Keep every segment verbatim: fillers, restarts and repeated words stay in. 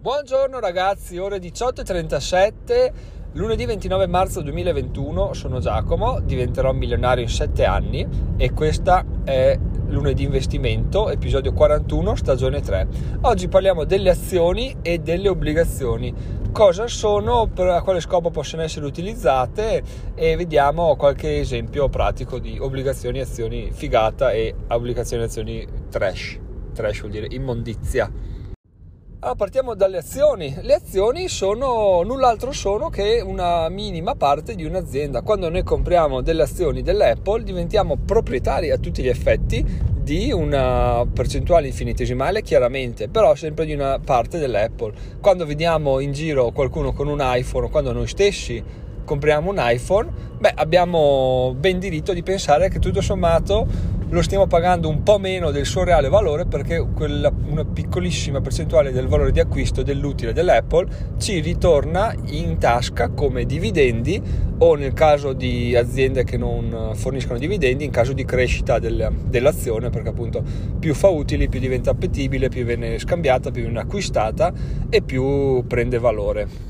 Buongiorno ragazzi, ore diciotto e trentasette, lunedì ventinove marzo duemilaventuno, sono Giacomo, diventerò milionario in sette anni e questa è Lunedì Investimento, episodio quarantuno, stagione tre. Oggi parliamo delle azioni e delle obbligazioni, cosa sono, per a quale scopo possono essere utilizzate e vediamo qualche esempio pratico di obbligazioni e azioni figata e obbligazioni e azioni trash, trash vuol dire immondizia. Allora, partiamo dalle azioni. Le azioni sono null'altro sono che una minima parte di un'azienda. Quando noi compriamo delle azioni dell'Apple diventiamo proprietari a tutti gli effetti di una percentuale infinitesimale, chiaramente, però sempre di una parte dell'Apple. Quando vediamo in giro qualcuno con un iPhone o quando noi stessi compriamo un iPhone, beh, abbiamo ben diritto di pensare che tutto sommato lo stiamo pagando un po' meno del suo reale valore, perché quella, una piccolissima percentuale del valore di acquisto dell'utile dell'Apple ci ritorna in tasca come dividendi, o nel caso di aziende che non forniscono dividendi, in caso di crescita del, dell'azione, perché appunto più fa utili, più diventa appetibile, più viene scambiata, più viene acquistata e più prende valore.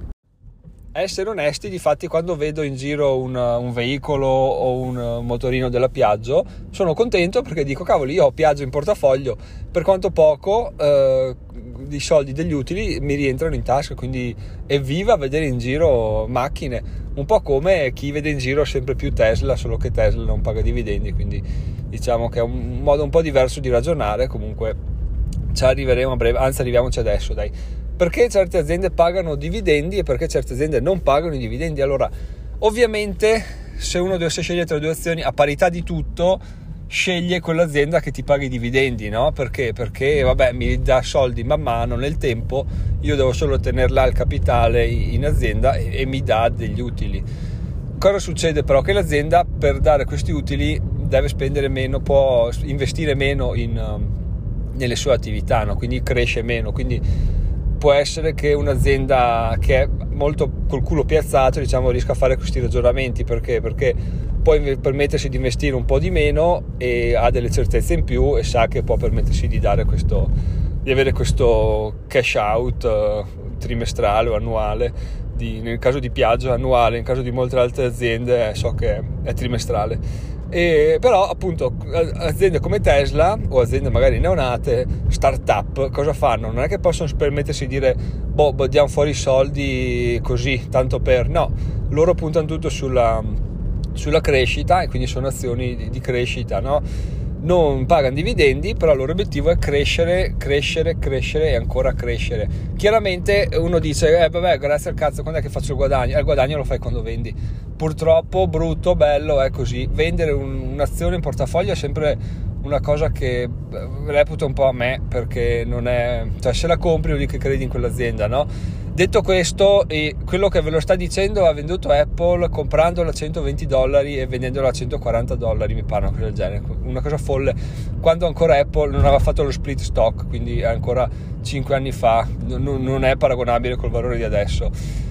Essere onesti, difatti, quando vedo in giro un, un veicolo o un motorino della Piaggio sono contento, perché dico cavoli, io ho Piaggio in portafoglio, per quanto poco eh, i soldi degli utili mi rientrano in tasca, quindi evviva vedere in giro macchine, un po' come chi vede in giro sempre più Tesla, solo che Tesla non paga dividendi, quindi diciamo che è un modo un po' diverso di ragionare. Comunque ci arriveremo a breve, anzi arriviamoci adesso, dai. Perché certe aziende pagano dividendi e perché certe aziende non pagano i dividendi? Allora, ovviamente, se uno dovesse scegliere tra le due azioni, a parità di tutto, sceglie quell'azienda che ti paga i dividendi, no? Perché? Perché, vabbè, mi dà soldi man mano nel tempo, io devo solo tenerla il capitale in azienda e, e mi dà degli utili. Cosa succede però? Che l'azienda, per dare questi utili, deve spendere meno, può investire meno in, um, nelle sue attività, no? Quindi cresce meno, quindi può essere che un'azienda che è molto col culo piazzato, diciamo, riesca a fare questi ragionamenti. Perché? Perché può permettersi di investire un po' di meno e ha delle certezze in più e sa che può permettersi di dare questo, di avere questo cash out uh, trimestrale o annuale, di, nel caso di Piaggio annuale, in caso di molte altre aziende so che è trimestrale. E però appunto aziende come Tesla o aziende magari neonate, start-up, cosa fanno? Non è che possono permettersi di dire boh, diamo fuori i soldi così, tanto per, no, loro puntano tutto sulla, sulla crescita, e quindi sono azioni di, di crescita, no? Non pagano dividendi, però il loro obiettivo è crescere, crescere, crescere e ancora crescere. Chiaramente uno dice, eh vabbè, grazie al cazzo, quando è che faccio il guadagno? Eh, il guadagno lo fai quando vendi. Purtroppo, brutto, bello, è così. Vendere un, un'azione in portafoglio è sempre una cosa che reputo un po' a me, perché non è, cioè, se la compri vuol dire che credi in quell'azienda, no? Detto questo, e quello che ve lo sta dicendo ha venduto Apple comprandola a centoventi dollari e vendendola a centoquaranta dollari, mi pare, una cosa del genere, una cosa folle, quando ancora Apple non aveva fatto lo split stock, quindi è ancora cinque anni fa, non, non è paragonabile col valore di adesso.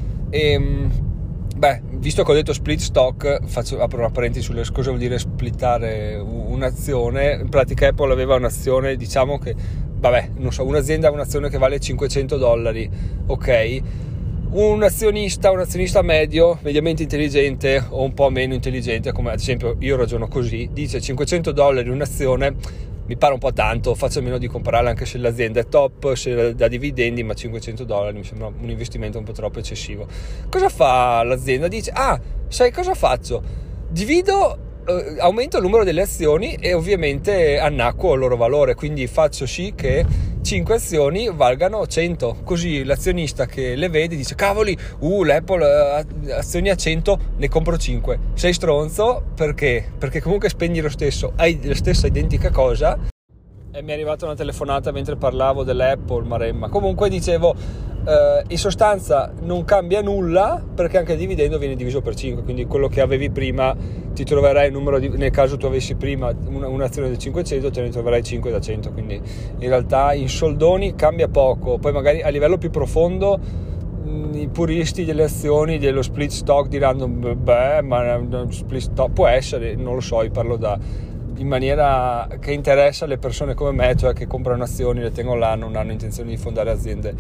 E beh, visto che ho detto split stock, faccio, apro una parentesi sulle cosa vuol dire splittare un'azione. In pratica Apple aveva un'azione, diciamo che, vabbè, non so, un'azienda ha un'azione che vale cinquecento dollari, ok? Un azionista, un azionista medio, mediamente intelligente o un po' meno intelligente, come ad esempio io ragiono così, dice cinquecento dollari un'azione, mi pare un po' tanto, faccio a meno di comprarla anche se l'azienda è top, se dà dividendi, ma cinquecento dollari mi sembra un investimento un po' troppo eccessivo. Cosa fa l'azienda? Dice, ah, sai cosa faccio? Divido, eh, aumento il numero delle azioni e ovviamente annacquo il loro valore, quindi faccio sì che cinque azioni valgano cento, così l'azionista che le vede dice, cavoli, uh, l'Apple uh, azioni a cento, ne compro cinque. Sei stronzo, perché? Perché comunque spendi lo stesso, hai la stessa identica cosa. E mi è arrivata una telefonata mentre parlavo dell'Apple, Maremma. Comunque dicevo, eh, in sostanza non cambia nulla, perché anche il dividendo viene diviso per cinque, quindi quello che avevi prima ti troverai un numero di, nel caso tu avessi prima una, un'azione del cinquecento, te ne troverai cinque da cento, quindi in realtà in soldoni cambia poco. Poi magari a livello più profondo mh, i puristi delle azioni dello split stock diranno beh, ma uno split stock può essere, non lo so, io parlo da in maniera che interessa le persone come me, cioè che comprano azioni, le tengono là, non hanno intenzione di fondare aziende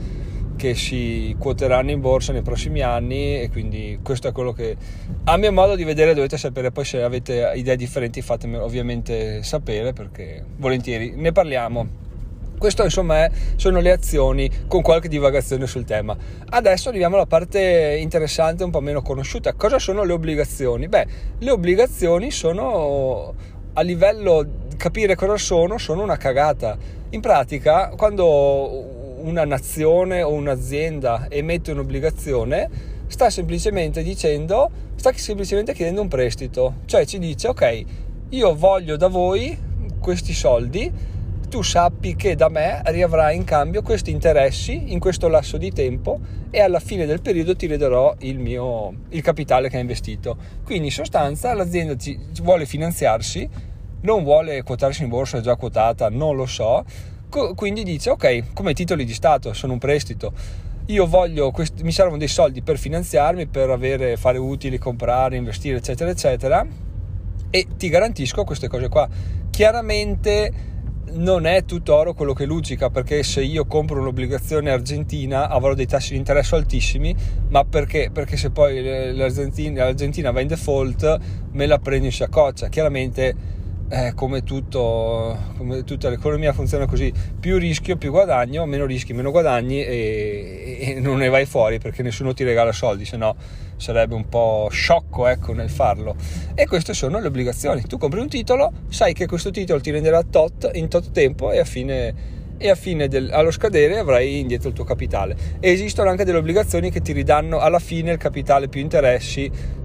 che si quoteranno in borsa nei prossimi anni, e quindi questo è quello che a mio modo di vedere dovete sapere. Poi se avete idee differenti fatemi ovviamente sapere, perché volentieri ne parliamo. Questo insomma è, sono le azioni, con qualche divagazione sul tema. Adesso arriviamo alla parte interessante, un po' meno conosciuta. Cosa sono le obbligazioni? Beh, le obbligazioni sono, a livello di capire cosa sono, sono una cagata. In pratica, quando una nazione o un'azienda emette un'obbligazione, sta semplicemente dicendo, sta semplicemente chiedendo un prestito. Cioè ci dice: ok, io voglio da voi questi soldi, tu sappi che da me riavrai in cambio questi interessi in questo lasso di tempo, e alla fine del periodo ti ridarò il mio il capitale che hai investito. Quindi in sostanza l'azienda ci vuole finanziarsi, non vuole quotarsi in borsa, è già quotata, non lo so, quindi dice: ok, come titoli di Stato, sono un prestito, io voglio questi, mi servono dei soldi per finanziarmi, per avere, fare utili, comprare, investire, eccetera eccetera, e ti garantisco queste cose qua. Chiaramente non è tutto oro quello che luccica, perché se io compro un'obbligazione argentina avrò dei tassi di interesse altissimi, ma perché? Perché se poi l'Argentina, l'Argentina va in default, me la prendo in saccoccia. Chiaramente eh, come tutto, come tutta l'economia funziona così: più rischio più guadagno, meno rischi meno guadagni, e, e non ne vai fuori, perché nessuno ti regala soldi, se no sarebbe un po' sciocco, ecco, nel farlo. E queste sono le obbligazioni. Tu compri un titolo, sai che questo titolo ti renderà tot in tot tempo, e a fine e a fine del, allo scadere avrai indietro il tuo capitale. E esistono anche delle obbligazioni che ti ridanno alla fine il capitale più interessi,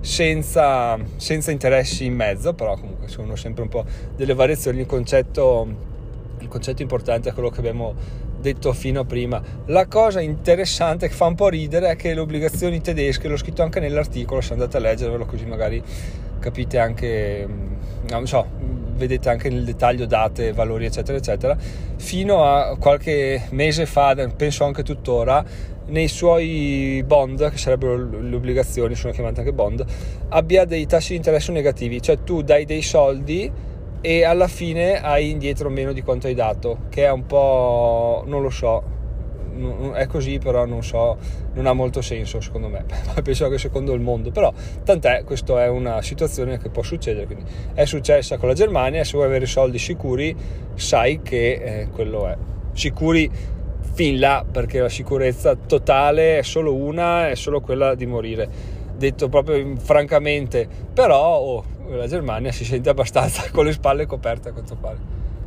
senza, senza interessi in mezzo, però comunque sono sempre un po' delle variazioni. Il concetto, il concetto importante è quello che abbiamo detto fino a prima. La cosa interessante che fa un po' ridere è che le obbligazioni tedesche, l'ho scritto anche nell'articolo, se andate a leggervelo così magari capite anche, non so, vedete anche nel dettaglio date, valori eccetera eccetera, fino a qualche mese fa, penso anche tuttora, nei suoi bond, che sarebbero le obbligazioni, sono chiamate anche bond, abbia dei tassi di interesse negativi, cioè tu dai dei soldi e alla fine hai indietro meno di quanto hai dato, che è un po', non lo so, è così, però non so, non ha molto senso secondo me, penso che secondo il mondo, però tant'è, questa è una situazione che può succedere. Quindi è successa con la Germania, e se vuoi avere soldi sicuri sai che eh, quello è sicuri fin là, perché la sicurezza totale è solo una, è solo quella di morire, detto proprio francamente. Però oh, la Germania si sente abbastanza con le spalle coperte, a quanto pare.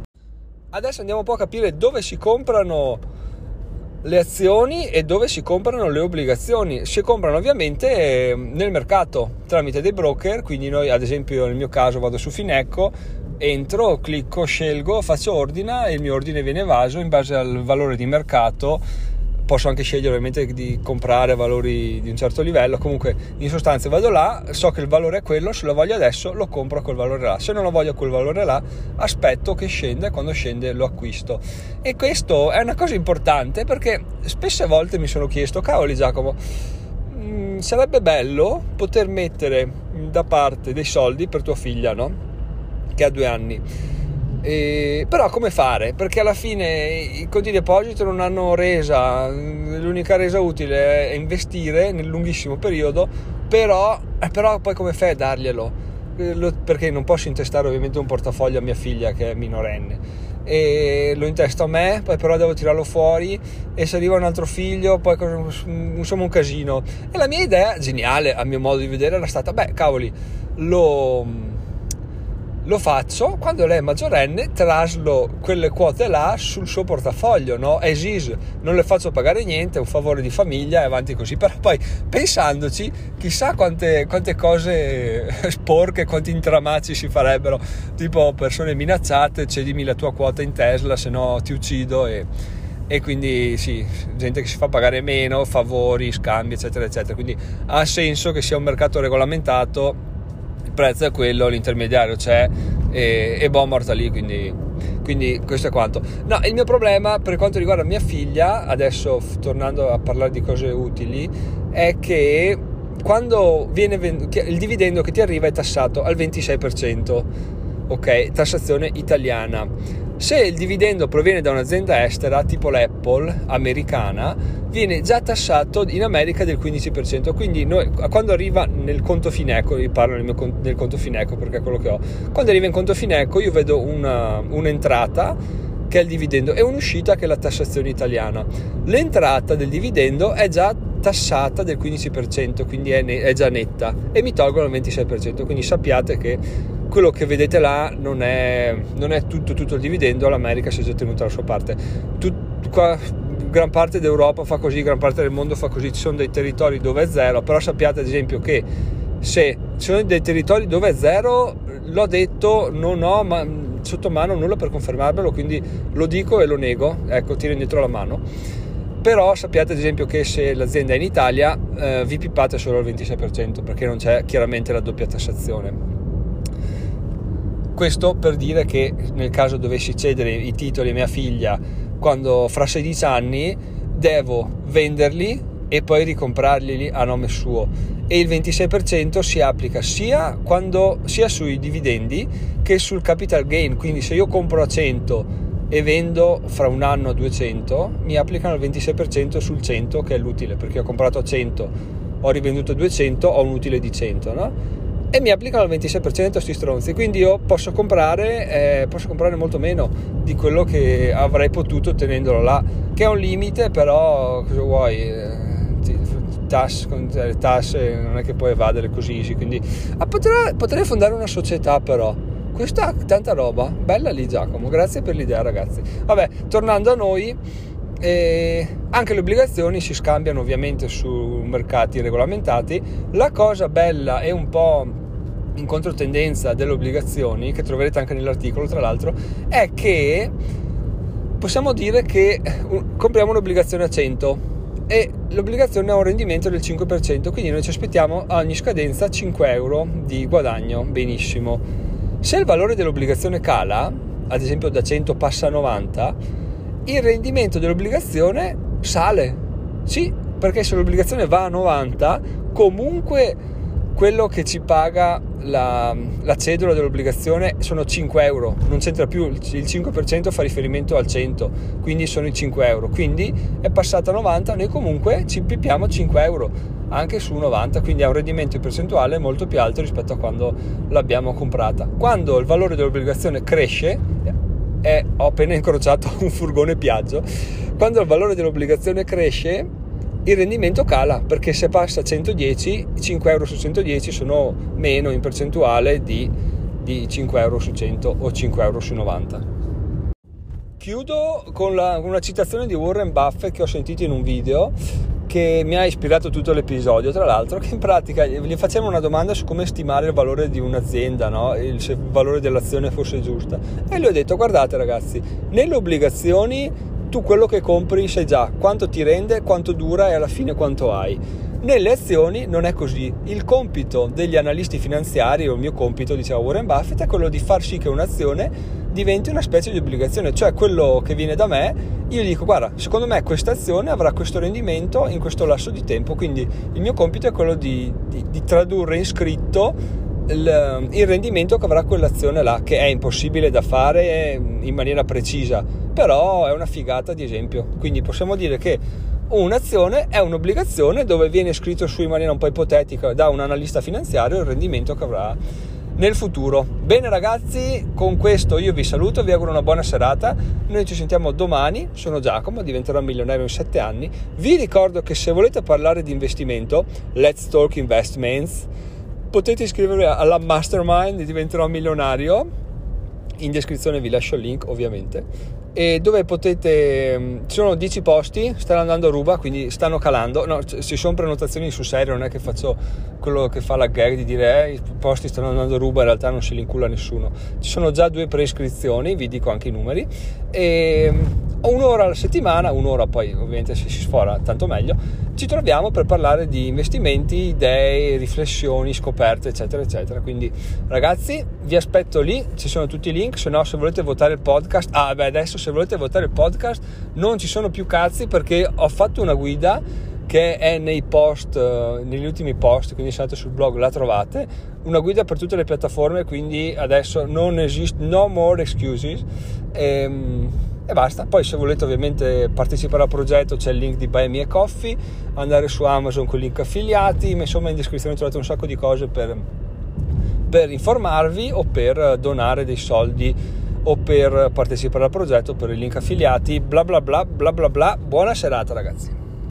Adesso andiamo un po' a capire dove si comprano le azioni e dove si comprano le obbligazioni. Si comprano ovviamente nel mercato tramite dei broker, quindi noi ad esempio nel mio caso vado su Fineco, entro, clicco, scelgo, faccio ordina e il mio ordine viene evaso in base al valore di mercato. Posso anche scegliere ovviamente di comprare valori di un certo livello, comunque in sostanza vado là, so che il valore è quello, se lo voglio adesso lo compro a quel valore là, se non lo voglio a quel valore là aspetto che scenda, e quando scende lo acquisto. E questo è una cosa importante, perché spesse volte mi sono chiesto: cavoli Giacomo, mh, sarebbe bello poter mettere da parte dei soldi per tua figlia, no? Che ha due anni. E, però come fare? Perché alla fine i conti deposito non hanno resa, l'unica resa utile è investire nel lunghissimo periodo, però, però poi come fai a darglielo? Perché non posso intestare ovviamente un portafoglio a mia figlia che è minorenne, e lo intesto a me, poi però devo tirarlo fuori, e se arriva un altro figlio poi insomma un casino. E la mia idea geniale, a mio modo di vedere, era stata: beh cavoli, lo lo faccio, quando lei è maggiorenne traslo quelle quote là sul suo portafoglio, no? As is, non le faccio pagare niente, è un favore di famiglia, e avanti così. Però poi, pensandoci, chissà quante, quante cose sporche, quanti intramacci si farebbero, tipo persone minacciate: cedimi la tua quota in Tesla, se no ti uccido. E e quindi sì, gente che si fa pagare meno, favori, scambi eccetera eccetera. Quindi ha senso che sia un mercato regolamentato, il prezzo è quello, l'intermediario c'è, e, e boh, morta lì. Quindi, quindi questo è quanto. No, il mio problema per quanto riguarda mia figlia, adesso tornando a parlare di cose utili, è che quando viene venduto, il dividendo che ti arriva è tassato al ventisei per cento, ok, tassazione italiana. Se il dividendo proviene da un'azienda estera, tipo l'Apple americana, viene già tassato in America del quindici per cento. Quindi noi, quando arriva nel conto Fineco, io parlo del, mio, del conto Fineco perché è quello che ho, quando arriva in conto Fineco io vedo una, un'entrata che è il dividendo e un'uscita che è la tassazione italiana. L'entrata del dividendo è già tassata del quindici per cento, quindi è, ne- è già netta, e mi tolgono il ventisei per cento. Quindi sappiate che quello che vedete là non è, non è tutto tutto il dividendo. L'America si è già tenuta la sua parte. Tut, qua, gran parte d'Europa fa così, gran parte del mondo fa così. Ci sono dei territori dove è zero, però sappiate ad esempio che se ci sono dei territori dove è zero, l'ho detto, non ho ma sotto mano nulla per confermarmelo, quindi lo dico e lo nego, ecco, tiro indietro la mano. Però sappiate ad esempio che se l'azienda è in Italia eh, vi pippate solo il ventisei per cento, perché non c'è chiaramente la doppia tassazione. Questo per dire che nel caso dovessi cedere i titoli a mia figlia quando fra sedici anni, devo venderli e poi ricomprarli a nome suo, e il ventisei per cento si applica sia quando sia sui dividendi che sul capital gain. Quindi se io compro a cento e vendo fra un anno a duecento, mi applicano il ventisei per cento sul cento, che è l'utile, perché ho comprato a cento, ho rivenduto a duecento, ho un utile di cento, no? E mi applicano il ventisei per cento sti stronzi. Quindi io posso comprare eh, posso comprare molto meno di quello che avrei potuto tenendolo là, che è un limite, però cosa vuoi, eh, tasse, le tasse non è che puoi evadere così easy. Quindi ah, potrei, potrei fondare una società, però questa tanta roba bella lì, Giacomo, grazie per l'idea, ragazzi. Vabbè, tornando a noi, eh, anche le obbligazioni si scambiano ovviamente su mercati regolamentati. La cosa bella e un po' in controtendenza delle obbligazioni, che troverete anche nell'articolo tra l'altro, è che possiamo dire che compriamo un'obbligazione a cento e l'obbligazione ha un rendimento del cinque per cento, quindi noi ci aspettiamo a ogni scadenza cinque euro di guadagno. Benissimo. Se il valore dell'obbligazione cala, ad esempio da cento passa a novanta, il rendimento dell'obbligazione sale. Sì, perché se l'obbligazione va a novanta, comunque quello che ci paga la, la cedola dell'obbligazione sono cinque euro, non c'entra più, il cinque per cento fa riferimento al cento, quindi sono i cinque euro, quindi è passata a novanta, noi comunque ci pippiamo cinque euro anche su novanta, quindi ha un rendimento percentuale molto più alto rispetto a quando l'abbiamo comprata. Quando il valore dell'obbligazione cresce, e ho appena incrociato un furgone Piaggio, quando il valore dell'obbligazione cresce il rendimento cala, perché se passa a centodieci, cinque euro su centodieci sono meno in percentuale di, di cinque euro su cento o cinque euro su novanta. Chiudo con, la, con una citazione di Warren Buffett che ho sentito in un video, che mi ha ispirato tutto l'episodio, tra l'altro, che in pratica gli facciamo una domanda su come stimare il valore di un'azienda, no? il, se il valore dell'azione fosse giusta, e gli ho detto: guardate ragazzi, nelle obbligazioni tu quello che compri sai già quanto ti rende, quanto dura e alla fine quanto hai. Nelle azioni non è così. Il compito degli analisti finanziari, o il mio compito, diceva Warren Buffett, è quello di far sì che un'azione diventi una specie di obbligazione, cioè quello che viene da me, io dico: guarda, secondo me questa azione avrà questo rendimento in questo lasso di tempo, quindi il mio compito è quello di, di, di tradurre in scritto il, il rendimento che avrà quell'azione là, che è impossibile da fare in maniera precisa, però è una figata di esempio. Quindi possiamo dire che un'azione è un'obbligazione dove viene scritto su in maniera un po' ipotetica da un analista finanziario il rendimento che avrà nel futuro. Bene ragazzi, con questo io vi saluto, vi auguro una buona serata, noi ci sentiamo domani. Sono Giacomo, diventerò milionario in sette anni. Vi ricordo che se volete parlare di investimento, Let's Talk Investments, potete iscrivervi alla Mastermind, diventerò milionario. In descrizione vi lascio il link ovviamente, e dove potete, ci sono dieci posti, stanno andando a ruba, quindi stanno calando, no, ci sono prenotazioni sul serio, non è che faccio quello che fa la gag di dire eh, i posti stanno andando a ruba, in realtà non si li incula nessuno. Ci sono già due preiscrizioni, vi dico anche i numeri, e un'ora alla settimana, un'ora poi ovviamente se si sfora tanto meglio, ci troviamo per parlare di investimenti, idee, riflessioni, scoperte eccetera eccetera. Quindi ragazzi vi aspetto lì, ci sono tutti i link, se no se volete votare il podcast, ah beh adesso se volete votare il podcast non ci sono più cazzi, perché ho fatto una guida che è nei post, negli ultimi post, quindi se andate sul blog la trovate, una guida per tutte le piattaforme, quindi adesso non esiste, no more excuses, e, e basta. Poi se volete ovviamente partecipare al progetto c'è il link di Buy Me a Coffee, andare su Amazon con il link affiliati, ma insomma in descrizione trovate un sacco di cose per, per informarvi o per donare dei soldi o per partecipare al progetto, per il link affiliati, bla bla bla bla bla bla. Buona serata ragazzi.